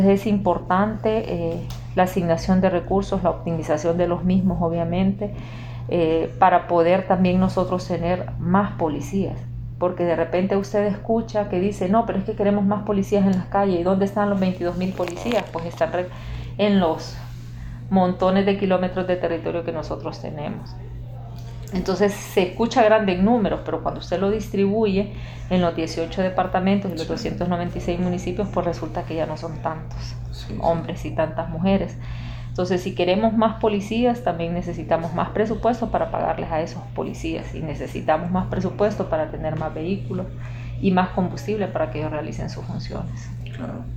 Es importante la asignación de recursos, la optimización de los mismos, obviamente, para poder también nosotros tener más policías. Porque de repente usted escucha que dice, no, pero es que queremos más policías en las calles. ¿Y dónde están los 22.000 policías? Pues están en los montones de kilómetros de territorio que nosotros tenemos. Entonces se escucha grande en números, pero cuando usted lo distribuye en los 18 departamentos y los 296 municipios, pues resulta que ya no son tantos hombres y tantas mujeres. Entonces, si queremos más policías, también necesitamos más presupuesto para pagarles a esos policías, y necesitamos más presupuesto para tener más vehículos y más combustible para que ellos realicen sus funciones. Claro.